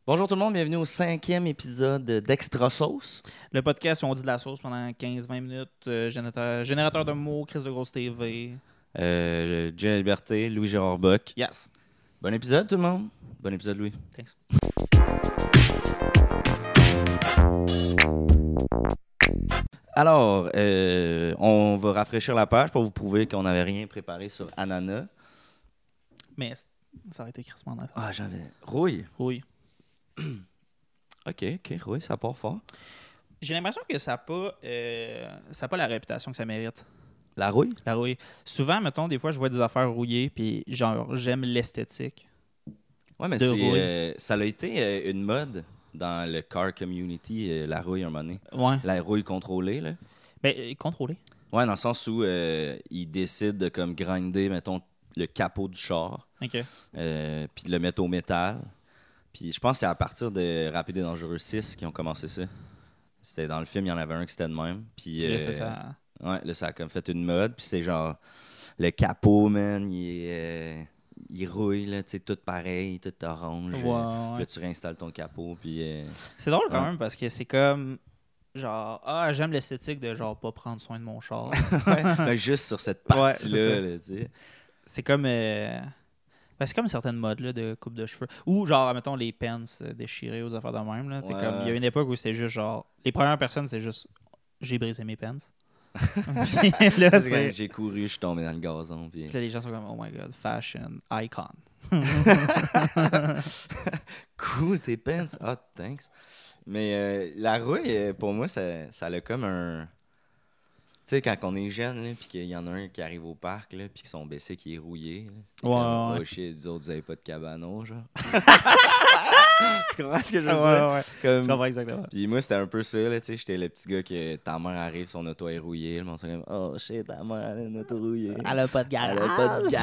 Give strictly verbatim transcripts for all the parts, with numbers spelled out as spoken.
Bonjour tout le monde, bienvenue au cinquième épisode d'Extra Sauce. Le podcast où on dit de la sauce pendant quinze vingt minutes. Euh, générateur, générateur de mots, Chris de Grosse T V. Euh, Jenna Liberté, Louis-Gérard Bock. Yes. Bon épisode tout le monde. Bon épisode Louis. Thanks. Alors, euh, on va rafraîchir la page pour vous prouver qu'on n'avait rien préparé sur Ananas. Mais ça aurait été crissement net. Ah, j'avais... Rouille. Oui. OK, OK, Rouille, ça part fort. J'ai l'impression que ça n'a pas, euh, ça a pas la réputation que ça mérite. La rouille? La rouille. Souvent, mettons, des fois, je vois des affaires rouillées, puis genre, j'aime l'esthétique. Ouais, mais de c'est, rouille. euh, ça a été euh, une mode dans le car community, euh, la rouille, un moment donné. Ouais. La rouille contrôlée, là. Ben, euh, contrôlé. Ouais, dans le sens où euh, ils décident de comme grinder, mettons, le capot du char, OK. euh, puis de le mettre au métal. Puis je pense que c'est à partir de Rapide et Dangereux six qu'ils ont commencé ça. C'était dans le film, il y en avait un qui c'était de même. Puis Là, euh, ça, ça... ouais, là, ça a comme fait une mode. Puis c'est genre, le capot, man, il, est, euh, il rouille, là, tu sais, tout pareil, tout orange. Ouais, Euh, ouais. Là, tu réinstalles ton capot, puis... euh, C'est drôle quand Ouais. même parce que c'est comme... Genre, ah, j'aime l'esthétique de genre pas prendre soin de mon char. ouais, mais juste sur cette Ouais, partie-là, c'est ça. là, tu sais. C'est comme. Euh... ben, c'est comme une certaine mode là, de coupe de cheveux. Ou genre, mettons, les pants euh, déchirés aux affaires de même. Là. T'es Ouais. comme... Il y a une époque où c'est juste genre. Les premières personnes, c'est juste. J'ai brisé mes pants. Puis là, C'est quand c'est. j'ai couru, je suis tombé dans le gazon, puis... Puis là, les gens sont comme, oh my god, fashion icon. Cool, tes pants. Ah, thanks. Mais euh, la rouille, euh, pour moi, ça, ça a comme un... Tu sais, quand on est jeune, là, puis qu'il y en a un qui arrive au parc, là, puis que son B C qui est rouillé, là, t'es Ouais, comme, ouais. oh shit, vous autres, vous avez pas de cabanon, genre. Tu comprends ce que je veux Ah, dire? ouais, ouais. Comme... Je comprends exactement. Puis moi, c'était un peu ça, là, tu sais, j'étais le petit gars que ta mère arrive, son auto est rouillée, le monde sont comme, oh shit, ta mère, elle a une auto rouillée. Elle a pas de garage. Elle a pas de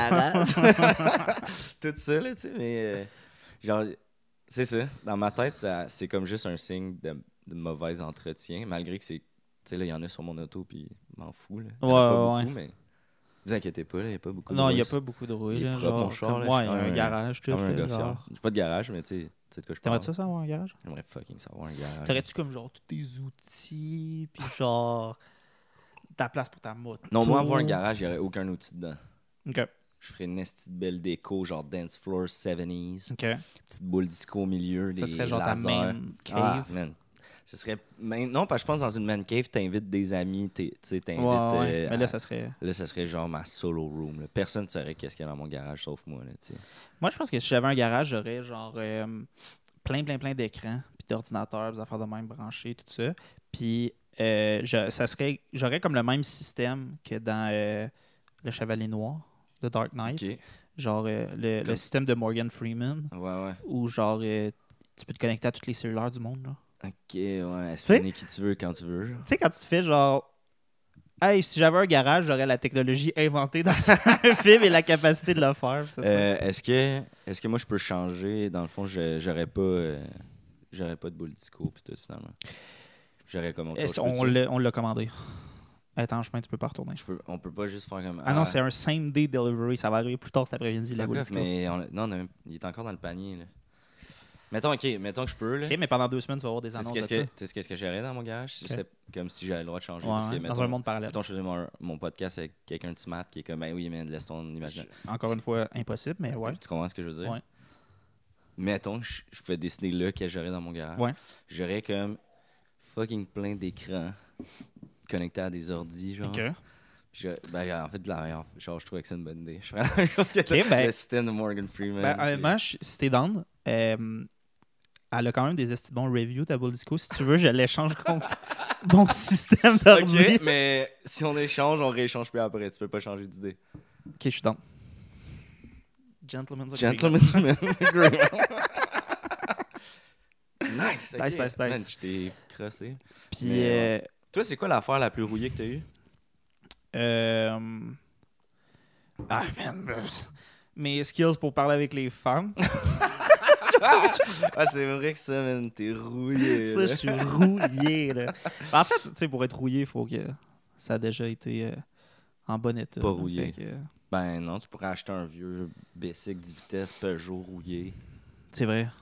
garage. Tout ça, là, tu sais, mais euh, genre, c'est ça. Dans ma tête, ça, c'est comme juste un signe de, de mauvais entretien, malgré que c'est, tu sais, là, il y en a sur mon auto, puis je m'en fous, là. Il y en a Ouais, pas ouais, beaucoup, mais vous inquiétez pas, il n'y a pas beaucoup de Non, il n'y a rouille. pas beaucoup de rouille. Il est Là, propre, genre, mon char, comme, là, ouais, je il y suis a un comme garage, tout. Comme un là, gars genre. fier. J'ai pas de garage, mais tu sais, tu sais de quoi je parle. T'aimerais-tu ça, avoir un garage? J'aimerais fucking savoir un garage. T'aurais-tu comme genre tous tes outils, puis genre ta place pour ta moto? Non, moi, avoir un garage, il n'y aurait aucun outil dedans. OK. Je ferais une esti de belle déco, genre dance floor soixante-dix, OK. petite boule disco au milieu, Ça des serait genre lasers. ta main Ah, cave. man. Ce serait... main- Non, parce que je pense que dans une man cave, t'invites des amis, t'es- tu sais, t'invites... Ouais, ouais. euh, Mais là, à- ça serait. Là, ça serait genre ma solo room. Là. Personne ne saurait qu'est-ce qu'il y a dans mon garage, sauf moi, là, tu sais. Moi, je pense que si j'avais un garage, j'aurais genre euh, plein, plein, plein d'écrans, puis d'ordinateurs, des affaires de même branchées, tout ça. Puis euh, je- ça serait, j'aurais comme le même système que dans euh, Le Chevalier Noir de Dark Knight. OK. Genre euh, le, Comme- le système de Morgan Freeman, Ouais, ouais. où genre euh, tu peux te connecter à tous les cellulaires du monde. Là. OK, ouais. Espionner qui tu veux quand tu veux, genre. Tu sais, quand tu fais genre, hey, si j'avais un garage, j'aurais la technologie inventée dans un film et la capacité de le faire. pis tout ça. Euh, est-ce que est-ce que moi, je peux changer? Dans le fond, je- j'aurais pas... euh, j'aurais pas de boule disco, puis tout, finalement. J'aurais comme autre chose. Est-ce- Je on peux-tu- l'a on l'a commandé. Attends, je pense que tu peux pas retourner. Je peux, on peut pas juste faire comme... Ah non, c'est un same day delivery. Ça va arriver plus tard cet après-midi, la Fuck boule off, disco. mais on a- non, on a- il est encore dans le panier, là. Mettons, OK, mettons que je peux, là. OK, mais pendant deux semaines, tu vas avoir des Tu sais annonces qu'est-ce de ça. que, tu sais qu'est-ce que j'aurais dans mon garage? Si Ok. c'était comme si j'avais le droit de changer. Ouais, parce que, ouais, mettons, dans un monde parallèle. mettons, je faisais mon, mon podcast avec quelqu'un de smart qui est comme, ben oui, mais laisse ton imagination. Encore une fois, impossible, mais ouais. Tu comprends ce que je veux dire? Ouais. Mettons, je, je pouvais décider là que j'aurais dans mon garage. Ouais. J'aurais comme fucking plein d'écrans connectés à des ordis, genre. OK. Puis je- ben, en fait, de la, genre, je trouvais que c'est une bonne idée. Je ferais la même chose que Ok, le- ben- le système de Morgan Freeman. Ben, puis- honnêtement, je- si t'es down, euh, elle a quand même des esti de bons reviews, ta boule disco. Si tu veux, je l'échange contre mon système d'ordi. OK, mais si on échange, on rééchange plus après. Tu peux pas changer d'idée. OK, je suis down. Gentleman's agreement. Gentleman's agreement. Nice, ok. Nice, nice, nice. Man, je t'ai crossé. Puis, Mais, euh, Toi, c'est quoi l'affaire la plus rouillée que t'as eue? euh, ah, man. euh, Mes skills pour parler avec les femmes. Ah, c'est vrai que ça, man, t'es rouillé. Ça, là. je suis rouillé, là. En fait, tu sais, pour être rouillé, il faut que ça a déjà été euh, en bon état. Pas là. rouillé. Fait que, euh, Ben non, tu pourrais acheter un vieux Bessic dix vitesses Peugeot rouillé. c'est vrai. Puis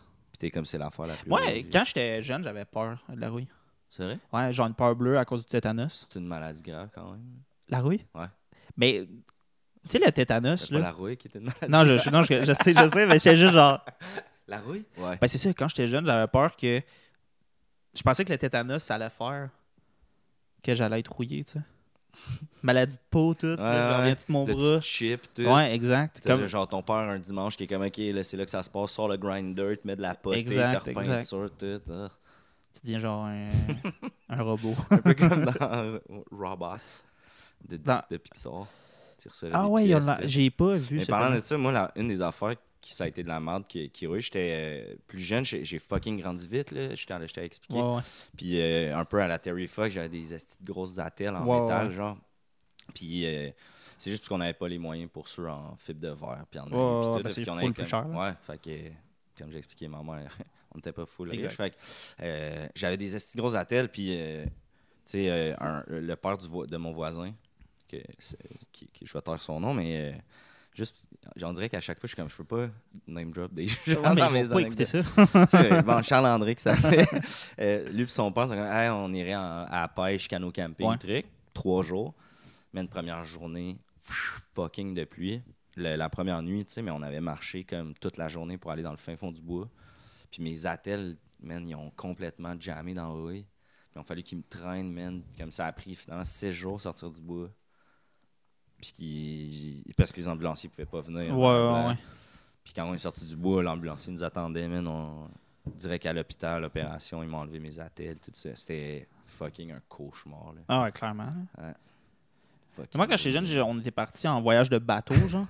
t'es comme c'est l'affaire la plus... Ouais, rouille. quand j'étais jeune, j'avais peur de la rouille. C'est vrai? Ouais, genre une peur bleue à cause du tétanos. C'est une maladie grave, quand même. La rouille? Ouais. Mais, tu sais, le tétanos, C'est pas là... la rouille qui est une maladie Non, je, je- non je, je sais, je sais, mais j'étais juste genre... La rouille? Ouais. Ben, c'est ça, quand j'étais jeune, j'avais peur que... Je pensais que le tétanos, ça allait faire que j'allais être rouillé, tu sais. Maladie de peau, tout. Ouais, là, je ouais. reviens tout mon Le bras. petit chip, tout. Ouais, exact. T'as Comme... genre ton père un dimanche qui est comme ok, là, c'est là que ça se passe, sort le grinder, te met de la pote, Exact, te repeint exact. sur tout. ah. Tu deviens genre un, un robot. Un peu comme dans Robots de, Dans- de Pixar. Tu recevais Ah des ouais, il y en pièces, a- tout. j'ai pas vu Mais ce parlant film. de ça, moi, la- une des affaires qui ça a été de la merde qui, qui rouille, j'étais euh, plus jeune, j'ai j'ai fucking grandi vite, là. J'étais allé t'ai expliqué. Ouais, ouais. Puis euh, un peu à la Terry Fox, j'avais des astis de grosses attelles en Ouais, métal, ouais. genre. Puis euh, c'est juste parce qu'on n'avait pas les moyens pour ceux en fibre de verre. Puis en Ouais, alu, ouais, puis tout, ben là, c'est puis on full avait plus comme- cher, là. Ouais, fait que, comme j'ai expliqué ma mère, on n'était pas full riche. Exact. Fait que euh, j'avais des astis de grosses attelles, puis euh, tu sais, euh, un- le père du vo- de mon voisin, que c'est- qui, qui- je vais taire son nom, mais euh, juste, on dirait qu'à chaque fois, je suis comme, je peux pas name drop des gens Ouais, mais dans ils mes vont pas écouter anecdotes. ça. Tu sais, bon, Charles-André qui s'appelait. euh, lui et son père, c'est comme, hey, on irait en- à la pêche, canot camping, Ouais. truc. Trois jours. Mais une première journée, pff, fucking de pluie. Le- la première nuit, tu sais, mais on avait marché comme toute la journée pour aller dans le fin fond du bois. Puis mes attelles, man, ils ont complètement jammé dans le rouille. Puis il a fallu qu'ils me traînent, man. Comme ça a pris finalement six jours sortir du bois. Puis qu'ils- parce que les ambulanciers pouvaient pas venir. Ouais, ouais, Blanc. ouais. Puis quand on est sorti du bois, l'ambulancier nous attendait, man. On dirait qu'à l'hôpital, l'opération, ils m'ont enlevé mes attelles, tout ça. C'était fucking un cauchemar, là. Ah ouais, clairement. Fucking Moi, quand j'étais jeune, j'ai- on était partis en voyage de bateau, genre.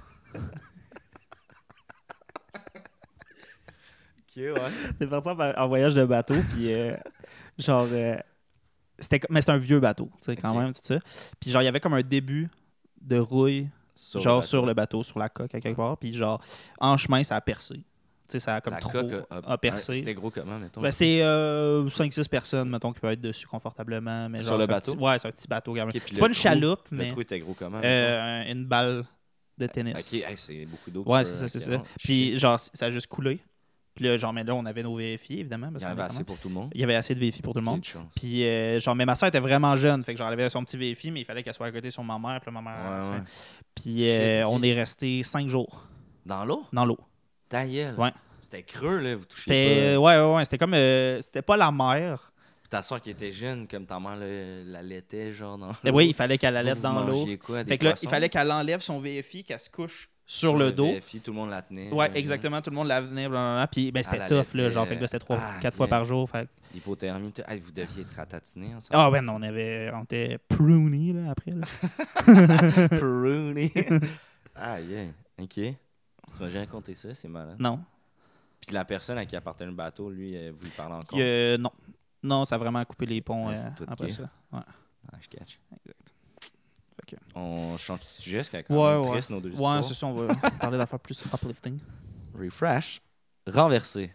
Ok, ouais. On était partis en, en voyage de bateau, puis euh, genre... euh, c'était, mais c'était un vieux bateau, tu sais, quand Ok. même, tout ça. Puis genre, il y avait comme un début de rouille, Sur genre le bateau. sur le bateau, sur la coque, à quelque part. Puis genre, en chemin, ça a percé. Tu sais, ça a comme La trop coque a, a percé. C'était gros comment, mettons? Ben, c'est euh, cinq six personnes, mettons, qui peuvent être dessus confortablement. Mais Sur genre, le c'est un bateau? petit- ouais, c'est un petit bateau quand même. Ok, puis C'est le pas une trou- chaloupe, Le mais trou était gros comment, mettons? euh, une balle de tennis. Ok, hey, c'est beaucoup d'eau. Ouais, pour- c'est ça, c'est ok, ça. bon, Puis shit. genre, ça a juste coulé. Puis là, genre, mais là, on avait nos V F I, évidemment. Il Parce y en qu'on avait est quand assez même- pour tout le monde. Il y avait assez de V F I pour tout le monde. Ok, de chance. Puis, euh, genre, mais ma soeur était vraiment jeune. Fait que genre, elle avait son petit V F I, mais il fallait qu'elle soit à côté sur ma mère. Puis là, ma mère. Ouais, tu sais. ouais. Puis, euh, Shit, ok. on est resté cinq jours Dans l'eau? dans l'eau. Ta gueule. Ouais. C'était creux, là. Vous touchez C'était. pas. Ouais, ouais, ouais. C'était comme. euh, c'était pas la mer. Puis ta soeur qui était jeune, comme ta mère le- la laitait, genre, dans Mais l'eau. oui, il fallait qu'elle allait Vous, dans vous l'eau. mangiez quoi, des Fait que là, il poissons? fallait qu'elle enlève son V F I, qu'elle se couche sur, le dos. V F I, tout le monde la tenait. Ouais, genre, exactement. Tout le monde la venait. Blablabla. Puis, ben, c'était la tough, lettre, là. Genre, euh, fait que là, c'était trois, ah, quatre fois yeah. par jour. Fait que- L'hypothermie. tout- Hey, vous deviez être ratatiné ensemble. Ah, ouais, non, on avait. On était pruny, là, après, là. Pruny. Ah, yeah. OK. Tu m'as jamais raconté ça, c'est malin. Non. Puis la personne à qui appartenait le bateau, lui, euh, vous lui parlez encore. Euh, non. Non, ça a vraiment coupé les ponts Ouais, euh, c'est tout après gay. ça. Ouais, Ah, je catch. exact. Fait que- On change de sujet, parce qu'il y a quand Ouais, même ouais. triste, nos deux Ouais, histoires. c'est ça, on va parler d'affaires plus uplifting. Refresh. Renversé.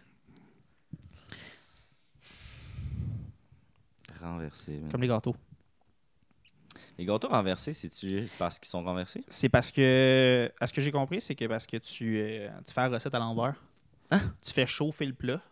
Renversé. man. Comme les gâteaux. Les gâteaux renversés, c'est-tu parce qu'ils sont renversés? C'est parce que. À ce que j'ai compris, c'est que parce que tu, euh, tu fais la recette à l'envers. Hein? Tu fais chauffer le plat.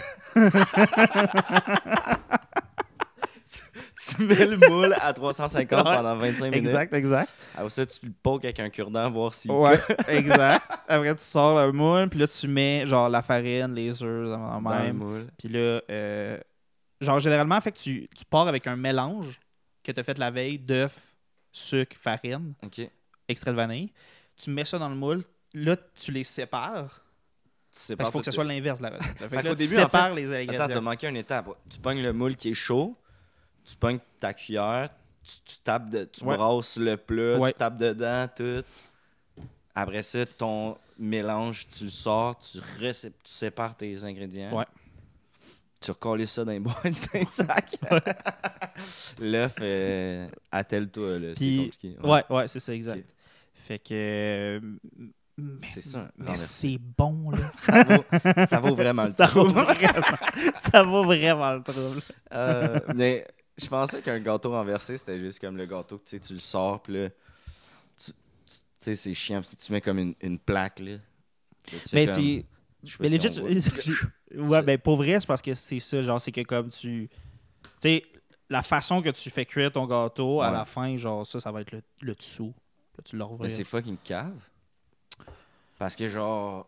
Tu mets le moule à trois cent cinquante Ouais. pendant vingt-cinq minutes. Exact, exact. Après ça, tu le pokes avec un cure-dent, voir si... Ouais, exact. Après, tu sors le moule, puis là, tu mets genre la farine, les œufs, dans dans le même. moule. Puis là, euh, genre, généralement, fait que tu, tu pars avec un mélange que tu as fait la veille d'œufs, sucre, farine, OK. extrait de vanille. Tu mets ça dans le moule. Là, tu les sépares. Tu sais Parce pas qu'il faut que ce soit l'inverse de la recette. Fait que Fait là, qu'au tu début, en sépares fait- les Attends, t'as ingrédients. manqué une étape. Tu pognes le moule qui est chaud, tu pognes ta cuillère, tu, tu tapes de, tu Ouais. brasses le plat, Ouais. tu tapes dedans, tout. Après ça, ton mélange, tu le sors, tu, recé- tu sépares tes ingrédients. Ouais. Tu recolles ça dans les boîtes, dans les sacs. L'œuf, euh, attelle-toi, là, c'est Puis- compliqué. Ouais, ouais, c'est ça, exact. Ok. Fait que. euh, C'est ça. Mais renversé. c'est bon, là. Ça vaut, ça vaut vraiment le Ça vaut trouble. vraiment, ça vaut vraiment le trouble. Euh, mais je pensais qu'un gâteau renversé, c'était juste comme le gâteau que tu sais, tu le sors, puis là, tu tu- tu sais, c'est chiant, parce que tu mets comme une, une plaque, là. Là, tu fais Mais comme- c'est. Je sais pas Mais si legit, on tu- voit. ouais, ben pour vrai, c'est parce que c'est ça, genre, c'est que comme tu. Tu sais, la façon que tu fais cuire ton gâteau, à Ouais. la fin, genre, ça, ça va être le, le dessous. Là, tu le Mais rouvrir. c'est fucking cave. Parce que, genre.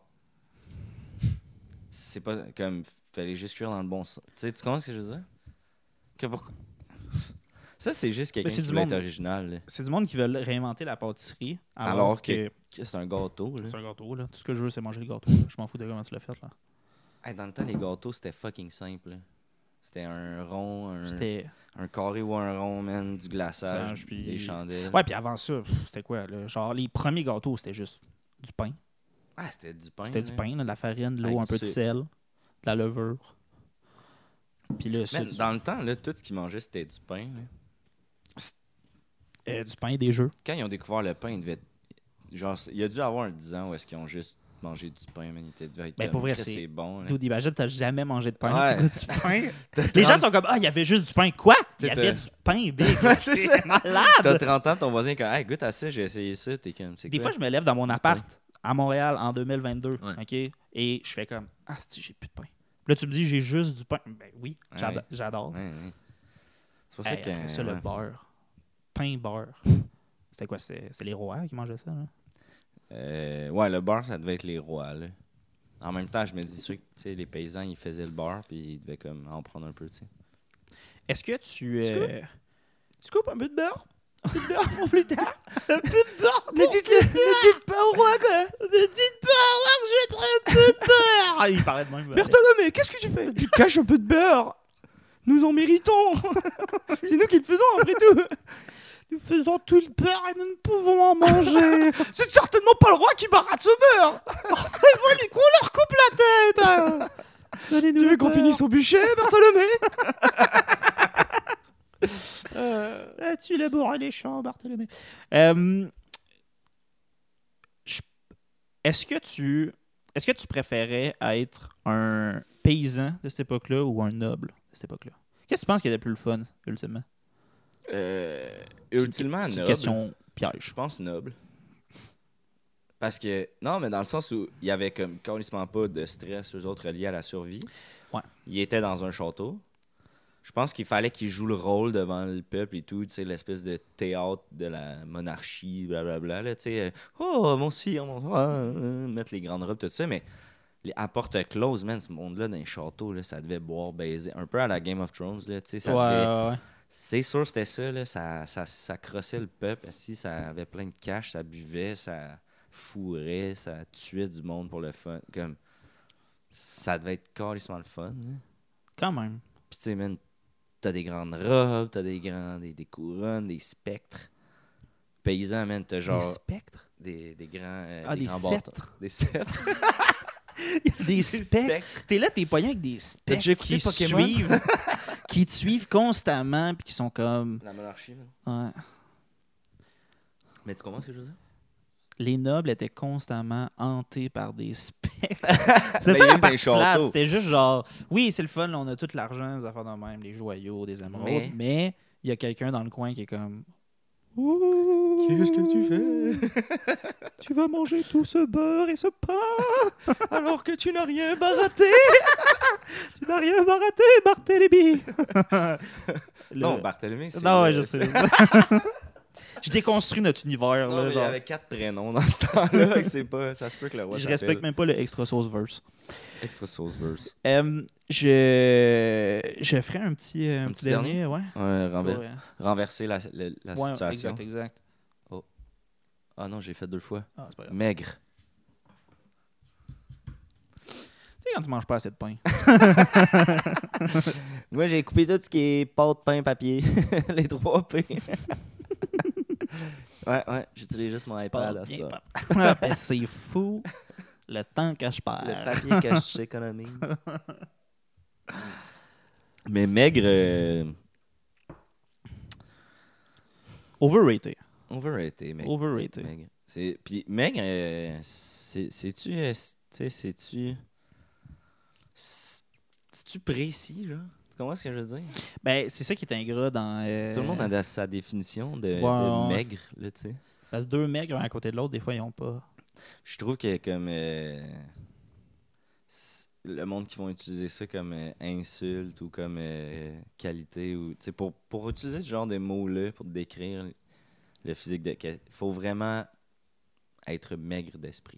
C'est pas comme. Fallait juste cuire dans le bon sens. Tu sais, tu comprends ce que je veux dire? Que pourquoi? Ça, c'est juste quelqu'un c'est qui du veut être monde- original. Là. C'est du monde qui veut réinventer la pâtisserie. Alors, Alors que. que, que c'est un gâteau. Là. C'est un gâteau, là. Tout ce que je veux, c'est manger le gâteau. là. Je m'en fous de comment tu l'as fait, là. Hey, dans le temps, les gâteaux, c'était fucking simple. là. C'était un rond, un, C'était. un carré ou un rond, man, du glaçage, Sage, puis- des chandelles. Ouais, puis avant ça, pff, c'était quoi, là? Genre, les premiers gâteaux, c'était juste du pain. Ah, c'était du pain. C'était du là. pain, là, de la farine, de l'eau, Avec un du peu de sucre. sel, de la levure. Puis là, ça, Man, du, dans le temps, là, tout ce qu'ils mangeaient, c'était du pain. là. euh, du pain et des jeux. Quand ils ont découvert le pain, ils devaient être- genre, il y a dû avoir un dix ans où est-ce qu'ils ont juste mangé du pain, man. Ils étaient- devaient être Ben, comme, pour vrai, Chris, c'est- c'est bon. là. D'où imagine, t'as jamais mangé de pain, Ouais. tu goûtes du pain. T'as Les gens trente sont comme, ah, il y avait juste du pain. Quoi? Il y T'sais, avait t'as- du pain, big. C'est c'est ça. malade. T'as trente ans, ton voisin est comme, hey, goûte à ça, j'ai essayé ça. T'es comme, c'est Des quoi? fois, je me lève dans mon Du appart à Montréal en deux mille vingt-deux, Ouais. OK? Et je fais comme, ah, si, j'ai plus de pain. Là, tu me dis, j'ai juste du pain. Ben oui, Ouais, j'ado- ouais. j'adore. Ouais, ouais. C'est pour Hey, ça que. après ça, le ouais. beurre. Pain beurre. C'était quoi? C'était c'est les rois qui mangeaient ça, là? Euh, ouais, le beurre, ça devait être les rois. Là. En même temps, je me dis, ceux, tu sais, les paysans, ils faisaient le beurre, puis ils devaient comme en prendre un peu, tu sais. Est-ce que tu... euh, Tu coupes un peu de beurre? Un peu de beurre pour plus tard? Un peu de beurre! Ne dites-le, ne dites pas au roi, quoi! Ne dites pas au roi que je prends un peu de beurre! Ah, il parlait de même. Bartholomé, qu'est-ce que tu fais? Tu caches un peu de beurre! Nous en méritons! C'est nous qui le faisons, après tout! Nous faisons tout le beurre et nous ne pouvons en manger! C'est certainement pas le roi qui baratte ce beurre! Il faut lui qu'on leur coupe la tête! Donnez-nous Tu le veux qu'on beurre. finisse au bûcher, Bartholomé? Euh, tu laboures les champs, Bartholomé. Euh, je- Est-ce que tu est-ce que tu préférais être un paysan de cette époque-là ou un noble de cette époque-là? Qu'est-ce que tu penses qui était plus le fun, ultimement? Euh, ultimement, C'est une noble. question piège. Je pense noble. Parce que, non, mais dans le sens où il y avait comme carrément pas de stress, eux autres, liés à la survie. Ouais. Ils étaient dans un château. Je pense qu'il fallait qu'ils jouent le rôle devant le peuple et tout, tu sais, l'espèce de théâtre de la monarchie, blablabla, là, tu sais. euh, oh, mon sire, mon roi, euh, mettre les grandes robes, tout ça, mais les, à porte close, man, ce monde-là, dans les châteaux, là, ça devait boire, baiser. Un peu à la Game of Thrones, là, tu sais, ça Ouais, devait... ouais, ouais. C'est sûr, c'était ça, là. Ça, ça, ça crossait le peuple. Si ça avait plein de cash, ça buvait, ça fourrait, ça tuait du monde pour le fun. Comme, ça devait être carrément le fun. Hein. Quand même. Puis, tu sais, man, t'as des grandes robes, t'as des, grands, des, des couronnes, des spectres. Paysan, man, t'as genre Des spectres? des, des grands, euh, Ah, des grands sceptres. bâtons. Des sceptres. Il y a des spectres. T'es là, t'es pogné avec des T'as déjà spectres écouté qui te Pokémon? suivent, qui te suivent constamment puis qui sont comme... La monarchie, man. Ouais. Mais tu comprends ce que je veux dire? Les nobles étaient constamment hantés par des spectres. Mais C'est il y ça a la eu des partie châteaux. plate. C'était juste genre, oui, c'est le fun, là, on a tout l'argent, des affaires de même, des joyaux, des émeraudes, Mais- mais il y a quelqu'un dans le coin qui est comme, ouh, Qu'est-ce que tu fais? tu vas manger tout ce beurre et ce pain, Alors que tu n'as rien baratté! tu n'as rien baraté, Barthélemy. Le- Non, Barthélemy, c'est... Non, ouais, le- je sais. Je déconstruis notre univers. Non, là, mais il y genre. avait quatre prénoms dans ce temps-là. fait que c'est pas... Ça se peut que le roi Je s'appelle respecte même pas le extra sauce verse. Extra Sauce Verse. Euh, je je ferai un petit, euh, un Un petit petit dernier, ouais. Ouais, renver- Ouais, renverser la, la, la ouais, situation. exact, exact. Ah non, j'ai fait deux fois. Ah, c'est pas grave. Maigre. Tu sais, quand tu manges pas assez de pain. Moi, j'ai coupé tout ce qui est pâte, pain, papier. Les trois P. ouais, ouais, j'utilise juste mon iPad à Bien, ça. pas- Ah, ben, c'est fou le temps que je perds. Le papier que j'économise. Mais maigre... euh, Overrated. Overrated, maigre. Overrated. Maigre. C'est... Puis maigre, euh, c'est... C'est-tu... euh, c'est- Tu sais, c'est-tu... c'est- C'est-tu précis, genre? Tu comprends ce que je veux dire? Ben, c'est ça qui est ingrat dans. euh, Tout le monde a sa définition de, Ouais, de ouais. maigre, là, tu sais. Parce que deux mecs un à côté de l'autre, des fois, ils ont pas. Je trouve que comme... euh, le monde qui vont utiliser ça comme euh, insulte ou comme euh, qualité. Ou, pour, pour utiliser ce genre de mots-là pour décrire le physique de... Il faut vraiment être maigre d'esprit.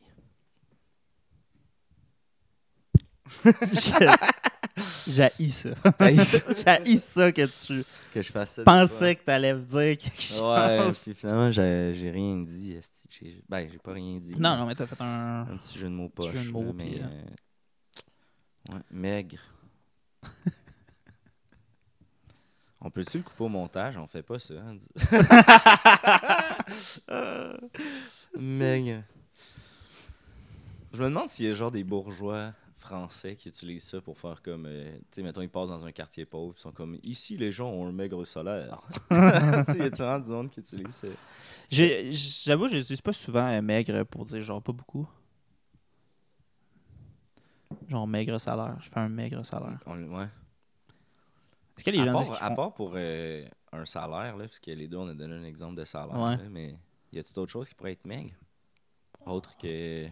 J'haïs ça. T'haïs ça? J'haïs ça que tu Que je fasse ça. pensais que t'allais me dire quelque chose. Ouais, puis finalement, j'ai, j'ai rien dit. esti. J'ai, ben, j'ai pas rien dit. Non, non, mais t'as fait un... Un petit jeu de mots Petit poche. jeu de mots, là, mais, puis, euh, euh, ouais, maigre. On peut-tu le couper au montage? On fait pas ça. Hein? Maigre. Je me demande s'il y a genre des bourgeois français qui utilisent ça pour faire comme... euh, tu sais, mettons, ils passent dans un quartier pauvre, ils sont comme « Ici, les gens ont un maigre salaire. » Tu sais, y a vraiment du monde qui utilise ça? J'ai- J'avoue, je n'utilise pas souvent euh, maigre pour dire genre pas beaucoup. Genre maigre salaire. Je fais un maigre salaire. On, ouais. Est-ce que les à, gens part, disent qu'ils à font... part pour euh, un salaire, là, parce que les deux, on a donné un exemple de salaire, Ouais. là, mais y a-t-il d'autres choses qui pourraient être maigres? Autre que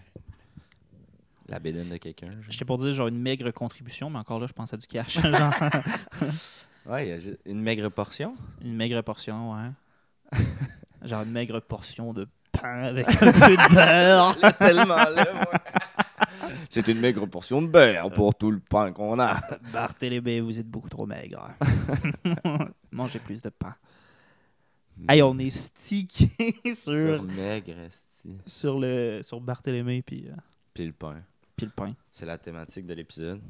la bédaine de quelqu'un? genre? J'étais pour dire genre une maigre contribution, mais encore là, je pense à du cash. genre Ouais, y a ju- une maigre portion? une maigre portion, ouais. Genre une maigre portion de pain avec un peu de beurre. Là, tellement là, moi. C'est une maigre portion de beurre pour tout le pain qu'on a. Barthélémy, vous êtes beaucoup trop maigre. Mangez plus de pain. Hey, on est stické Sur sur, maigre, esti. sur, le, sur Barthélémy puis, euh, Puis le pain. puis le pain. C'est la thématique de l'épisode.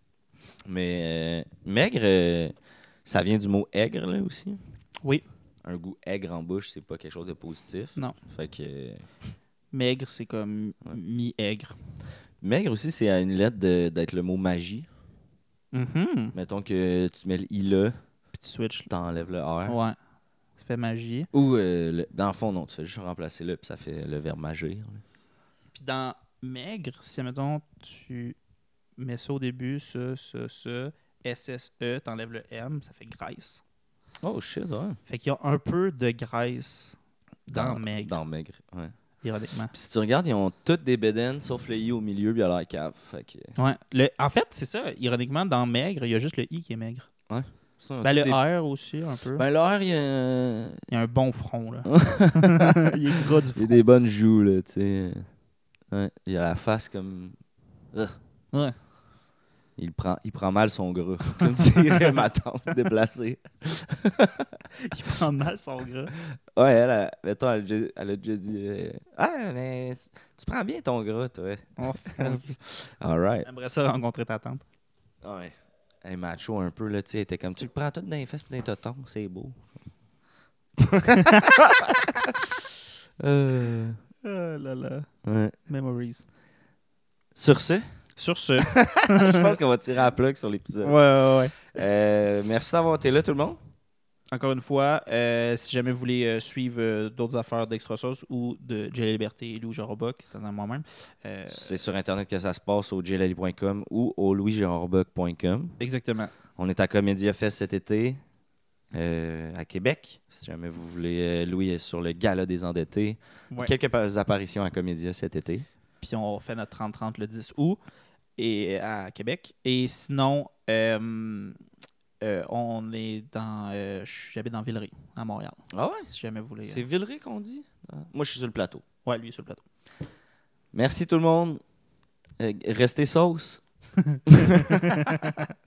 Mais euh, maigre, euh, ça vient du mot aigre, là, aussi. Oui. Un goût aigre en bouche, c'est pas quelque chose de positif. Non. Fait que... euh, Maigre, c'est comme Ouais. mi-aigre. Maigre aussi, c'est à une lettre de- d'être le mot magie. Mhm. Mettons que tu mets le i là, Puis tu switches. t'enlèves le r. Ouais. Ça fait magie. Ou, euh, le- dans le fond, non, tu fais juste remplacer le, puis ça fait le verbe magir. là. Puis dans maigre, si, mettons, tu mets ça au début, ça, ça, ça, S S E, t'enlèves le M, ça fait graisse. Oh shit, ouais. Fait qu'il y a un peu de graisse dans, maigre, Dans maigre, ouais. ironiquement. Puis si tu regardes, ils ont toutes des bédaines, sauf le i au milieu, puis il a l'air cave. Fait que... Ouais. Le, en fait, c'est ça, ironiquement, dans maigre, il y a juste le I qui est maigre. ça, Ben, le toutes des- R aussi, un peu. Ben, le R, il y a... Il y a un bon front, là. il est gras du Il y front. a des bonnes joues, là, tu sais. Ouais, il a la face comme... Ugh. Ouais. Il prend, il prend mal son gras. Comme dirait ma tante déplacée. Il prend mal son gras. Ouais, elle, a, mettons, elle, a déjà- elle a déjà dit euh, ah, mais c- tu prends bien ton gras, toi. Oh, All right. J'aimerais ça rencontrer ta tante. Ouais. Elle macho un peu, là, tu sais. Elle était comme, tu le prends tout dans les fesses pis dans les totons, c'est beau. euh, Oh là là. ouais. Memories. Sur ce, Sur ce. je pense qu'on va tirer à la plug sur l'épisode. Ouais, ouais, ouais. Euh, merci d'avoir été là, tout le monde. Encore une fois, euh, si jamais vous voulez euh, suivre euh, d'autres affaires d'Extra Sauce ou de Jelly Liberté et Louis Joroboc, c'est dans moi-même. euh, C'est sur Internet que ça se passe au j l ali point com ou au louis gérardboc point com. exactement. On est à Comédia Fest cet été euh, à Québec. Si jamais vous voulez, euh, Louis est sur le Gala des endettés. Ouais. Quelques pa- apparitions à Comédia cet été. Puis on fait notre trente trente le dix août et, à Québec. Et sinon, euh, euh, on est dans. Euh, J'habite dans Villeray, à Montréal. Ah ouais? Si jamais vous voulez. C'est Villeray qu'on dit? Ah. Moi, je suis sur le plateau. euh, Ouais, lui est sur le plateau. Merci tout le monde. Euh, restez sauce.